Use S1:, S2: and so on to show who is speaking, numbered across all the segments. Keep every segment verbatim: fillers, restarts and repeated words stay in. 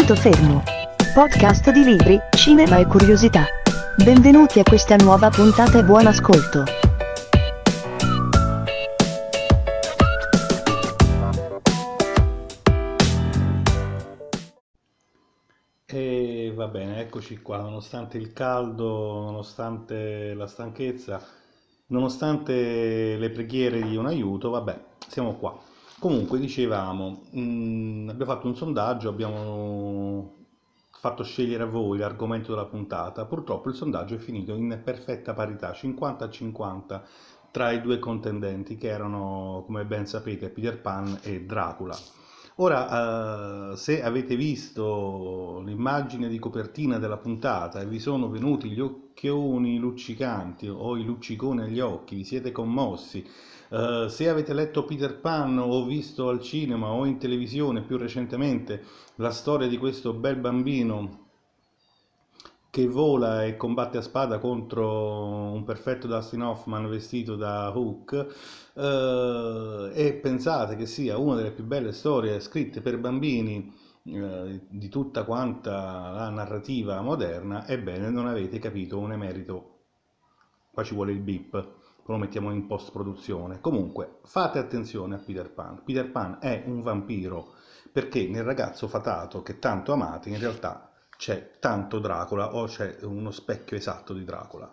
S1: Punto fermo. Podcast di libri, cinema e curiosità. Benvenuti a questa nuova puntata e buon ascolto.
S2: E va bene, eccoci qua, nonostante il caldo, nonostante la stanchezza, nonostante le preghiere di un aiuto, vabbè, siamo qua. Comunque, dicevamo, mh, abbiamo fatto un sondaggio, abbiamo fatto scegliere a voi l'argomento della puntata. Purtroppo il sondaggio è finito in perfetta parità, cinquanta a cinquanta, tra i due contendenti che erano, come ben sapete, Peter Pan e Dracula. Ora, eh, se avete visto l'immagine di copertina della puntata e vi sono venuti gli occhioni luccicanti o i lucciconi agli occhi, vi siete commossi, eh, se avete letto Peter Pan o visto al cinema o in televisione più recentemente la storia di questo bel bambino che vola e combatte a spada contro un perfetto Dustin Hoffman vestito da Hook, eh, e pensate che sia una delle più belle storie scritte per bambini eh, di tutta quanta la narrativa moderna, ebbene non avete capito un emerito. Qua ci vuole il beep, poi lo mettiamo in post produzione. Comunque fate attenzione a Peter Pan. Peter Pan è un vampiro perché nel ragazzo fatato che tanto amate in realtà c'è tanto Dracula, o c'è uno specchio esatto di Dracula.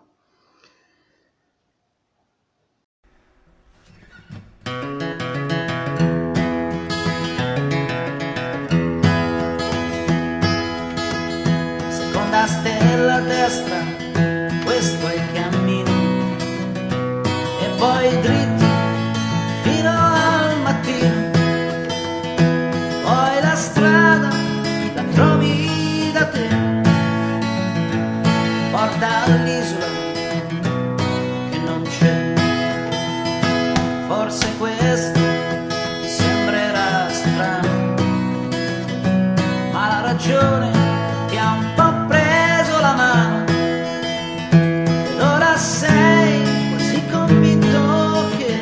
S3: Seconda stella a destra, questo è il cammino, e poi dritto fino al mattino, poi la strada la trovi da te, porta all'isola che non c'è. Forse questo ti sembrerà strano, ma la ragione ti ha un po' preso la mano, ed ora sei quasi convinto che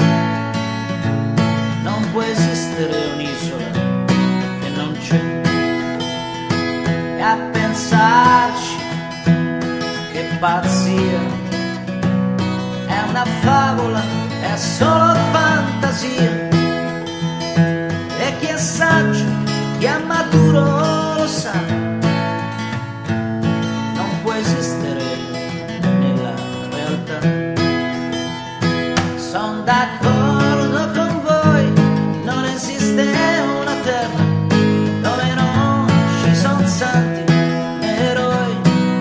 S3: non può esistere un'isola che non c'è. E a pensarci, che pazzia, è una favola, è solo fantasia, e chi è saggio, chi è maturo lo sa, non può esistere nella realtà. Sono d'accordo con voi, non esiste una terra dove non ci sono santi né eroi,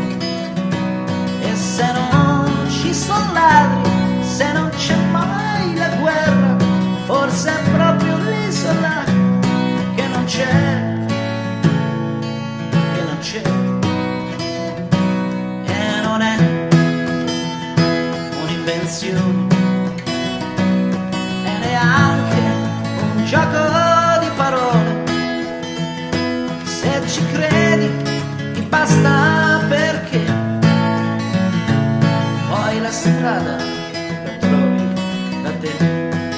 S3: e se non ci sono ladri, se non c'è mai la guerra, forse è proprio l'isola che non c'è, che non c'è. E non è un'invenzione e neanche un gioco di parole. Se ci credi ti basta, perché poi la strada la trovi da te.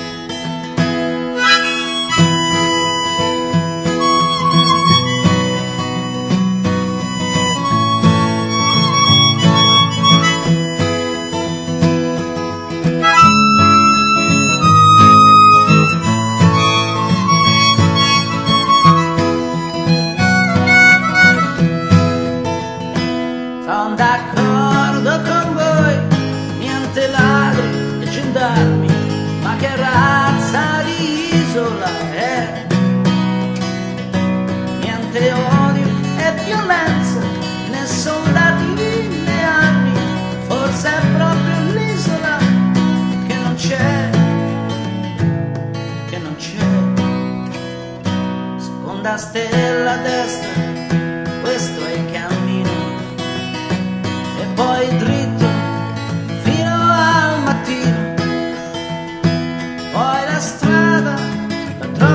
S3: Sono d'accordo con voi, niente ladri e gendarmi, ma che razza di isola è? Niente odio e violenza, né soldati né armi, forse è proprio l'isola che non c'è, che non c'è. Seconda stella a destra, questo è il cammino, e poi dritto fino al mattino, poi la strada la trovi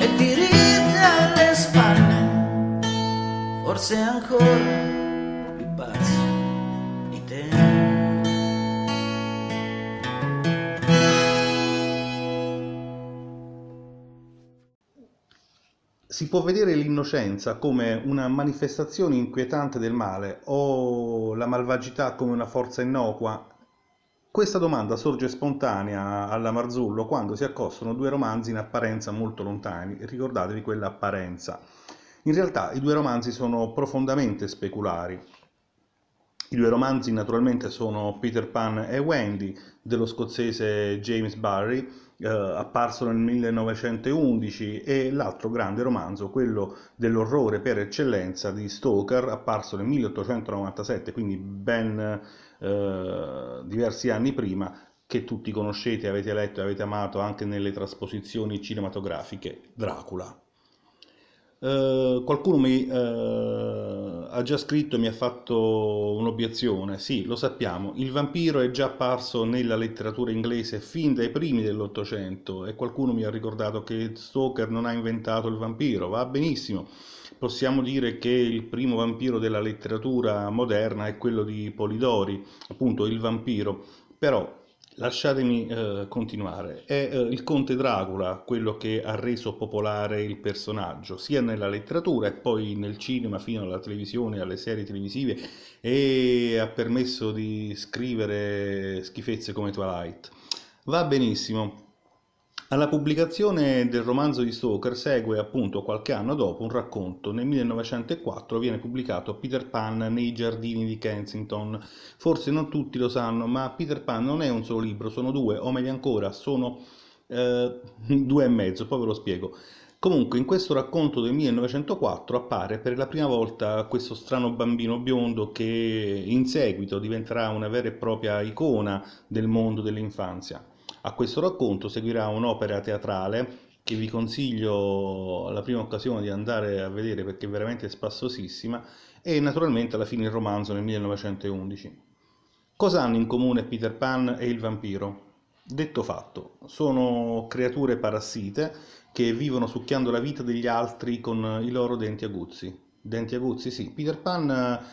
S3: e ti ride alle spalle, forse ancora più pazzo di te.
S2: Si può vedere l'innocenza come una manifestazione inquietante del male o la malvagità come una forza innocua? Questa domanda sorge spontanea alla Marzullo quando si accostano due romanzi in apparenza molto lontani. Ricordatevi quell'apparenza. In realtà i due romanzi sono profondamente speculari. I due romanzi naturalmente sono Peter Pan e Wendy dello scozzese James Barrie, eh, apparso nel millenovecentoundici, e l'altro grande romanzo, quello dell'orrore per eccellenza di Stoker, apparso nel milleottocentonovantasette, quindi ben eh, diversi anni prima, che tutti conoscete, avete letto e avete amato anche nelle trasposizioni cinematografiche, Dracula. Uh, qualcuno mi uh, ha già scritto e mi ha fatto un'obiezione. Sì, lo sappiamo, il vampiro è già apparso nella letteratura inglese fin dai primi dell'Ottocento e qualcuno mi ha ricordato che Stoker non ha inventato il vampiro. Va benissimo, possiamo dire che il primo vampiro della letteratura moderna è quello di Polidori, appunto il vampiro, però lasciatemi eh, continuare. È eh, il conte Dracula quello che ha reso popolare il personaggio, sia nella letteratura e poi nel cinema, fino alla televisione, alle serie televisive, e ha permesso di scrivere schifezze come Twilight. Va benissimo. Alla pubblicazione del romanzo di Stoker segue appunto qualche anno dopo un racconto. Nel millenovecentoquattro viene pubblicato Peter Pan nei giardini di Kensington. Forse non tutti lo sanno, ma Peter Pan non è un solo libro, sono due, o meglio ancora, sono eh, due e mezzo, poi ve lo spiego. Comunque in questo racconto del millenovecentoquattro appare per la prima volta questo strano bambino biondo che in seguito diventerà una vera e propria icona del mondo dell'infanzia. A questo racconto seguirà un'opera teatrale che vi consiglio alla prima occasione di andare a vedere perché è veramente spassosissima, e naturalmente alla fine il romanzo nel millenovecentoundici. Cosa hanno in comune Peter Pan e il vampiro? Detto fatto, sono creature parassite che vivono succhiando la vita degli altri con i loro denti aguzzi. Denti aguzzi, sì. Peter Pan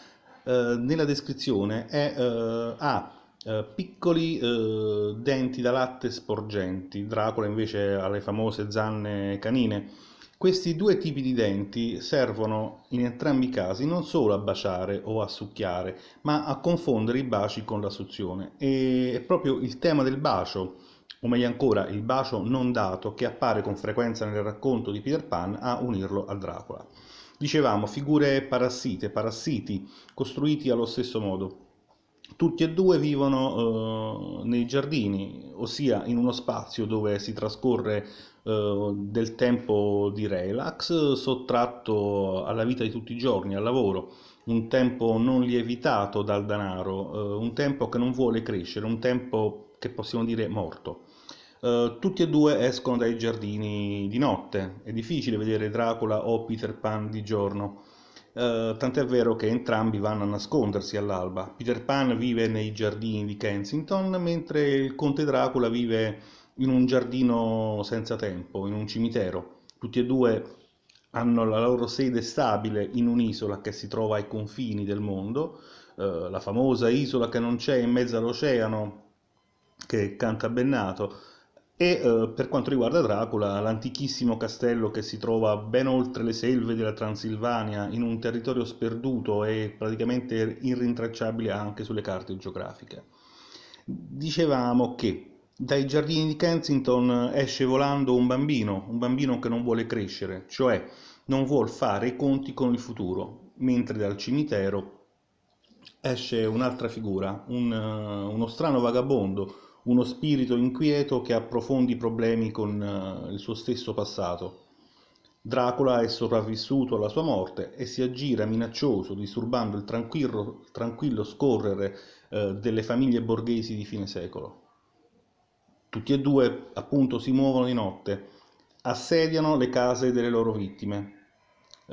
S2: eh, nella descrizione è, eh, ha Uh, piccoli uh, denti da latte sporgenti. Dracula invece ha le famose zanne canine. Questi due tipi di denti servono in entrambi i casi non solo a baciare o a succhiare, ma a confondere i baci con la suzione. E è proprio il tema del bacio, o meglio ancora il bacio non dato, che appare con frequenza nel racconto di Peter Pan a unirlo a Dracula. Dicevamo, figure parassite, parassiti, costruiti allo stesso modo. Tutti e due vivono eh, nei giardini, ossia in uno spazio dove si trascorre eh, del tempo di relax, sottratto alla vita di tutti i giorni, al lavoro, un tempo non lievitato dal denaro, eh, un tempo che non vuole crescere, un tempo che possiamo dire morto. Uh, tutti e due escono dai giardini di notte, è difficile vedere Dracula o Peter Pan di giorno. Uh, tant'è vero che entrambi vanno a nascondersi all'alba. Peter Pan vive nei giardini di Kensington, mentre il conte Dracula vive in un giardino senza tempo, in un cimitero. Tutti e due hanno la loro sede stabile in un'isola che si trova ai confini del mondo, uh, la famosa isola che non c'è in mezzo all'oceano, che è Cantabennato. E eh, per quanto riguarda Dracula, l'antichissimo castello che si trova ben oltre le selve della Transilvania, in un territorio sperduto e praticamente irrintracciabile anche sulle carte geografiche. Dicevamo che dai giardini di Kensington esce volando un bambino, un bambino che non vuole crescere, cioè non vuol fare i conti con il futuro, mentre dal cimitero esce un'altra figura, un, uh, uno strano vagabondo, uno spirito inquieto che ha profondi problemi con uh, il suo stesso passato. Dracula è sopravvissuto alla sua morte e si aggira minaccioso, disturbando il tranquillo, tranquillo scorrere uh, delle famiglie borghesi di fine secolo. Tutti e due appunto si muovono di notte, assediano le case delle loro vittime. Uh,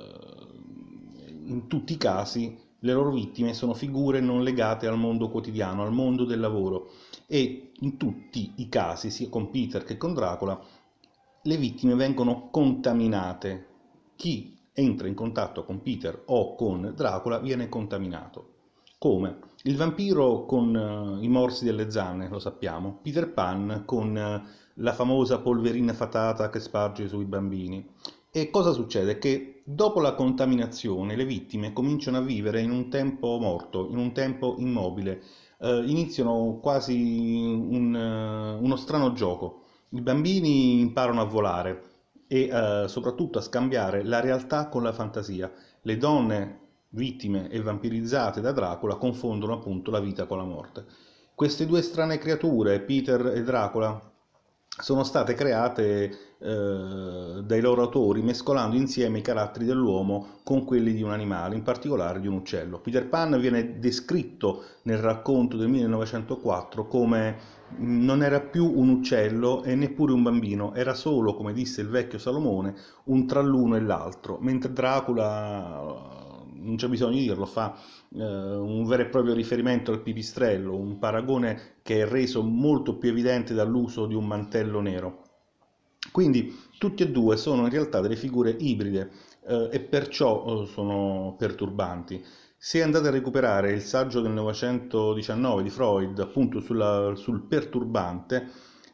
S2: in tutti i casi le loro vittime sono figure non legate al mondo quotidiano, al mondo del lavoro, e in tutti i casi, sia con Peter che con Dracula, le vittime vengono contaminate. Chi entra in contatto con Peter o con Dracula viene contaminato. Come? Il vampiro con uh, i morsi delle zanne, lo sappiamo, Peter Pan con uh, la famosa polverina fatata che sparge sui bambini. E cosa succede? Che dopo la contaminazione le vittime cominciano a vivere in un tempo morto, in un tempo immobile, uh, iniziano quasi un, uh, uno strano gioco. I bambini imparano a volare e uh, soprattutto a scambiare la realtà con la fantasia. Le donne vittime e vampirizzate da Dracula confondono appunto la vita con la morte. Queste due strane creature, Peter e Dracula, sono state create eh, dai loro autori mescolando insieme i caratteri dell'uomo con quelli di un animale, in particolare di un uccello. Peter Pan viene descritto nel racconto del millenovecentoquattro come non era più un uccello e neppure un bambino, era solo, come disse il vecchio Salomone, un tra l'uno e l'altro, mentre Dracula, non c'è bisogno di dirlo, fa eh, un vero e proprio riferimento al pipistrello, un paragone che è reso molto più evidente dall'uso di un mantello nero. Quindi tutti e due sono in realtà delle figure ibride eh, e perciò eh, sono perturbanti. Se andate a recuperare il saggio del novecentodiciannove di Freud, appunto sulla, sul perturbante,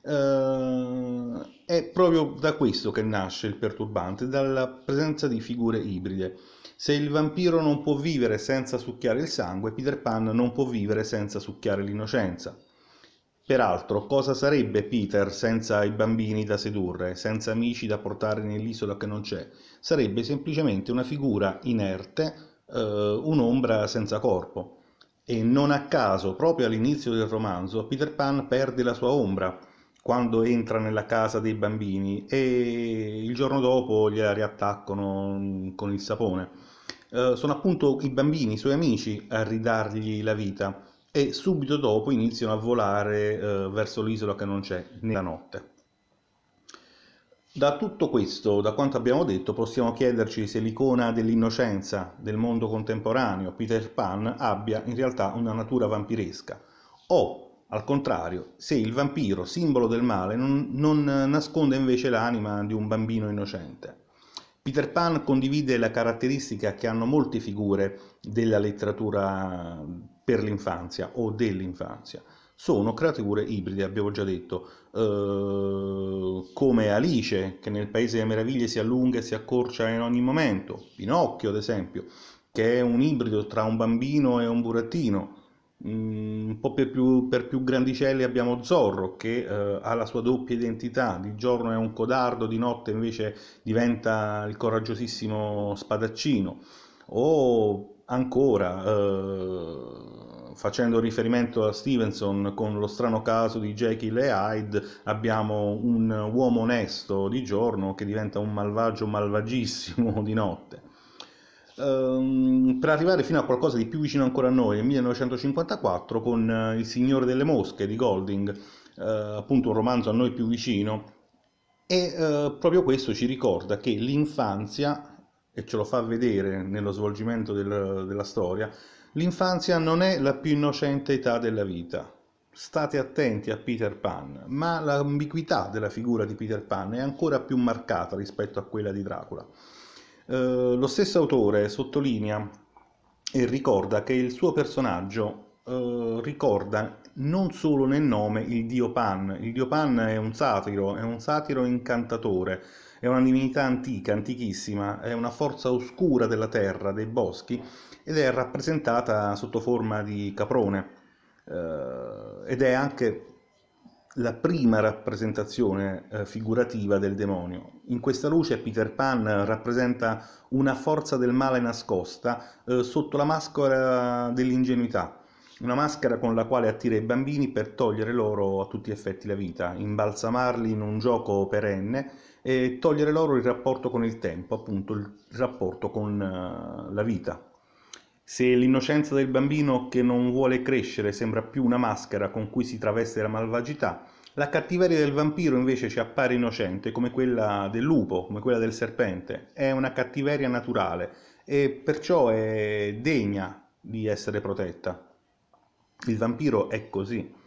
S2: eh, è proprio da questo che nasce il perturbante, dalla presenza di figure ibride. Se il vampiro non può vivere senza succhiare il sangue, Peter Pan non può vivere senza succhiare l'innocenza. Peraltro, cosa sarebbe Peter senza i bambini da sedurre, senza amici da portare nell'isola che non c'è? Sarebbe semplicemente una figura inerte, eh, un'ombra senza corpo. E non a caso, proprio all'inizio del romanzo, Peter Pan perde la sua ombra quando entra nella casa dei bambini e il giorno dopo gliela riattaccano con il sapone. Uh, sono appunto i bambini, i suoi amici, a ridargli la vita e subito dopo iniziano a volare uh, verso l'isola che non c'è nella notte. Da tutto questo, da quanto abbiamo detto, possiamo chiederci se l'icona dell'innocenza del mondo contemporaneo, Peter Pan, abbia in realtà una natura vampiresca o, al contrario, se il vampiro, simbolo del male, non, non nasconde invece l'anima di un bambino innocente. Peter Pan condivide la caratteristica che hanno molte figure della letteratura per l'infanzia o dell'infanzia. Sono creature ibride, abbiamo già detto, eh, come Alice, che nel Paese delle Meraviglie si allunga e si accorcia in ogni momento, Pinocchio ad esempio, che è un ibrido tra un bambino e un burattino. Un po' per più, per più grandicelli abbiamo Zorro, che eh, ha la sua doppia identità, di giorno è un codardo, di notte invece diventa il coraggiosissimo spadaccino. O ancora, eh, facendo riferimento a Stevenson con lo strano caso di Jekyll e Hyde, abbiamo un uomo onesto di giorno che diventa un malvagio malvagissimo di notte. Um, per arrivare fino a qualcosa di più vicino ancora a noi, nel millenovecentocinquantaquattro, con uh, Il Signore delle Mosche di Golding, uh, appunto un romanzo a noi più vicino, e uh, proprio questo ci ricorda che l'infanzia, e ce lo fa vedere nello svolgimento del, della storia, l'infanzia non è la più innocente età della vita. State attenti a Peter Pan, ma l'ambiguità della figura di Peter Pan è ancora più marcata rispetto a quella di Dracula. Uh, lo stesso autore sottolinea e ricorda che il suo personaggio uh, ricorda non solo nel nome il dio Pan. Il dio Pan è un satiro, è un satiro incantatore, è una divinità antica, antichissima, è una forza oscura della terra, dei boschi, ed è rappresentata sotto forma di caprone, uh, ed è anche la prima rappresentazione eh, figurativa del demonio. In questa luce Peter Pan rappresenta una forza del male nascosta eh, sotto la maschera dell'ingenuità, una maschera con la quale attira i bambini per togliere loro a tutti gli effetti la vita, imbalsamarli in un gioco perenne e togliere loro il rapporto con il tempo, appunto il rapporto con uh, la vita. Se l'innocenza del bambino che non vuole crescere sembra più una maschera con cui si traveste la malvagità, la cattiveria del vampiro invece ci appare innocente come quella del lupo, come quella del serpente. È una cattiveria naturale e perciò è degna di essere protetta. Il vampiro è così.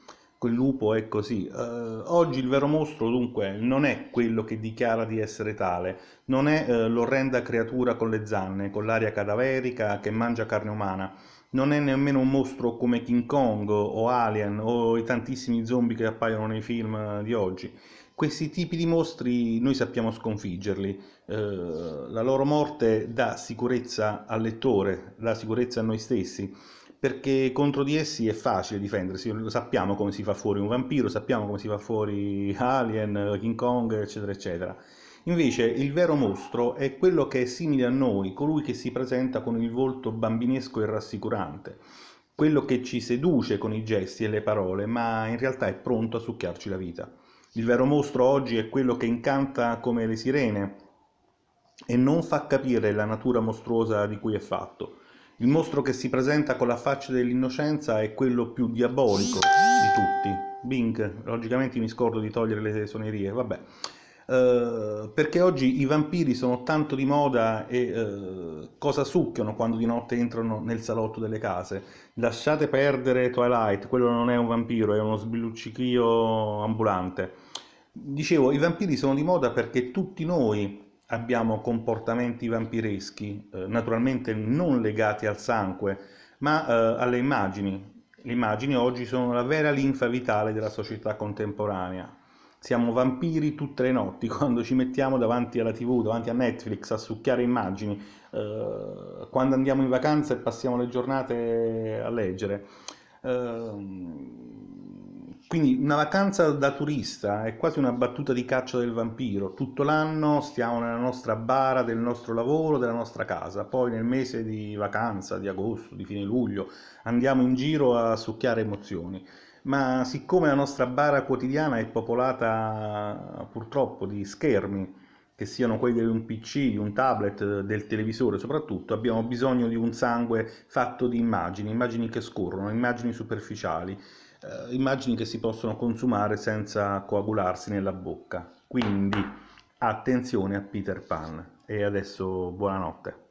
S2: quel lupo è così. Uh, oggi il vero mostro dunque non è quello che dichiara di essere tale, non è uh, l'orrenda creatura con le zanne, con l'aria cadaverica che mangia carne umana, non è nemmeno un mostro come King Kong o Alien o i tantissimi zombie che appaiono nei film di oggi. Questi tipi di mostri noi sappiamo sconfiggerli, uh, la loro morte dà sicurezza al lettore, dà sicurezza a noi stessi, perché contro di essi è facile difendersi, sappiamo come si fa fuori un vampiro, sappiamo come si fa fuori Alien, King Kong, eccetera, eccetera. Invece il vero mostro è quello che è simile a noi, colui che si presenta con il volto bambinesco e rassicurante, quello che ci seduce con i gesti e le parole, ma in realtà è pronto a succhiarci la vita. Il vero mostro oggi è quello che incanta come le sirene e non fa capire la natura mostruosa di cui è fatto. Il mostro che si presenta con la faccia dell'innocenza è quello più diabolico di tutti. Bing, logicamente mi scordo di togliere le suonerie, vabbè. Uh, perché oggi i vampiri sono tanto di moda e uh, cosa succhiano quando di notte entrano nel salotto delle case? Lasciate perdere Twilight, quello non è un vampiro, è uno sbilluccichio ambulante. Dicevo, i vampiri sono di moda perché tutti noi abbiamo comportamenti vampireschi, eh, naturalmente non legati al sangue, ma eh, alle immagini. Le immagini oggi sono la vera linfa vitale della società contemporanea. Siamo vampiri tutte le notti, quando ci mettiamo davanti alla tivù, davanti a Netflix, a succhiare immagini, eh, quando andiamo in vacanza e passiamo le giornate a leggere. Eh, Quindi una vacanza da turista è quasi una battuta di caccia del vampiro. Tutto l'anno stiamo nella nostra bara del nostro lavoro, della nostra casa. Poi nel mese di vacanza, di agosto, di fine luglio, andiamo in giro a succhiare emozioni. Ma siccome la nostra bara quotidiana è popolata purtroppo di schermi, che siano quelli di un P C, di un tablet, del televisore soprattutto, abbiamo bisogno di un sangue fatto di immagini, immagini che scorrono, immagini superficiali. Uh, immagini che si possono consumare senza coagularsi nella bocca. Quindi attenzione a Peter Pan. E adesso buonanotte.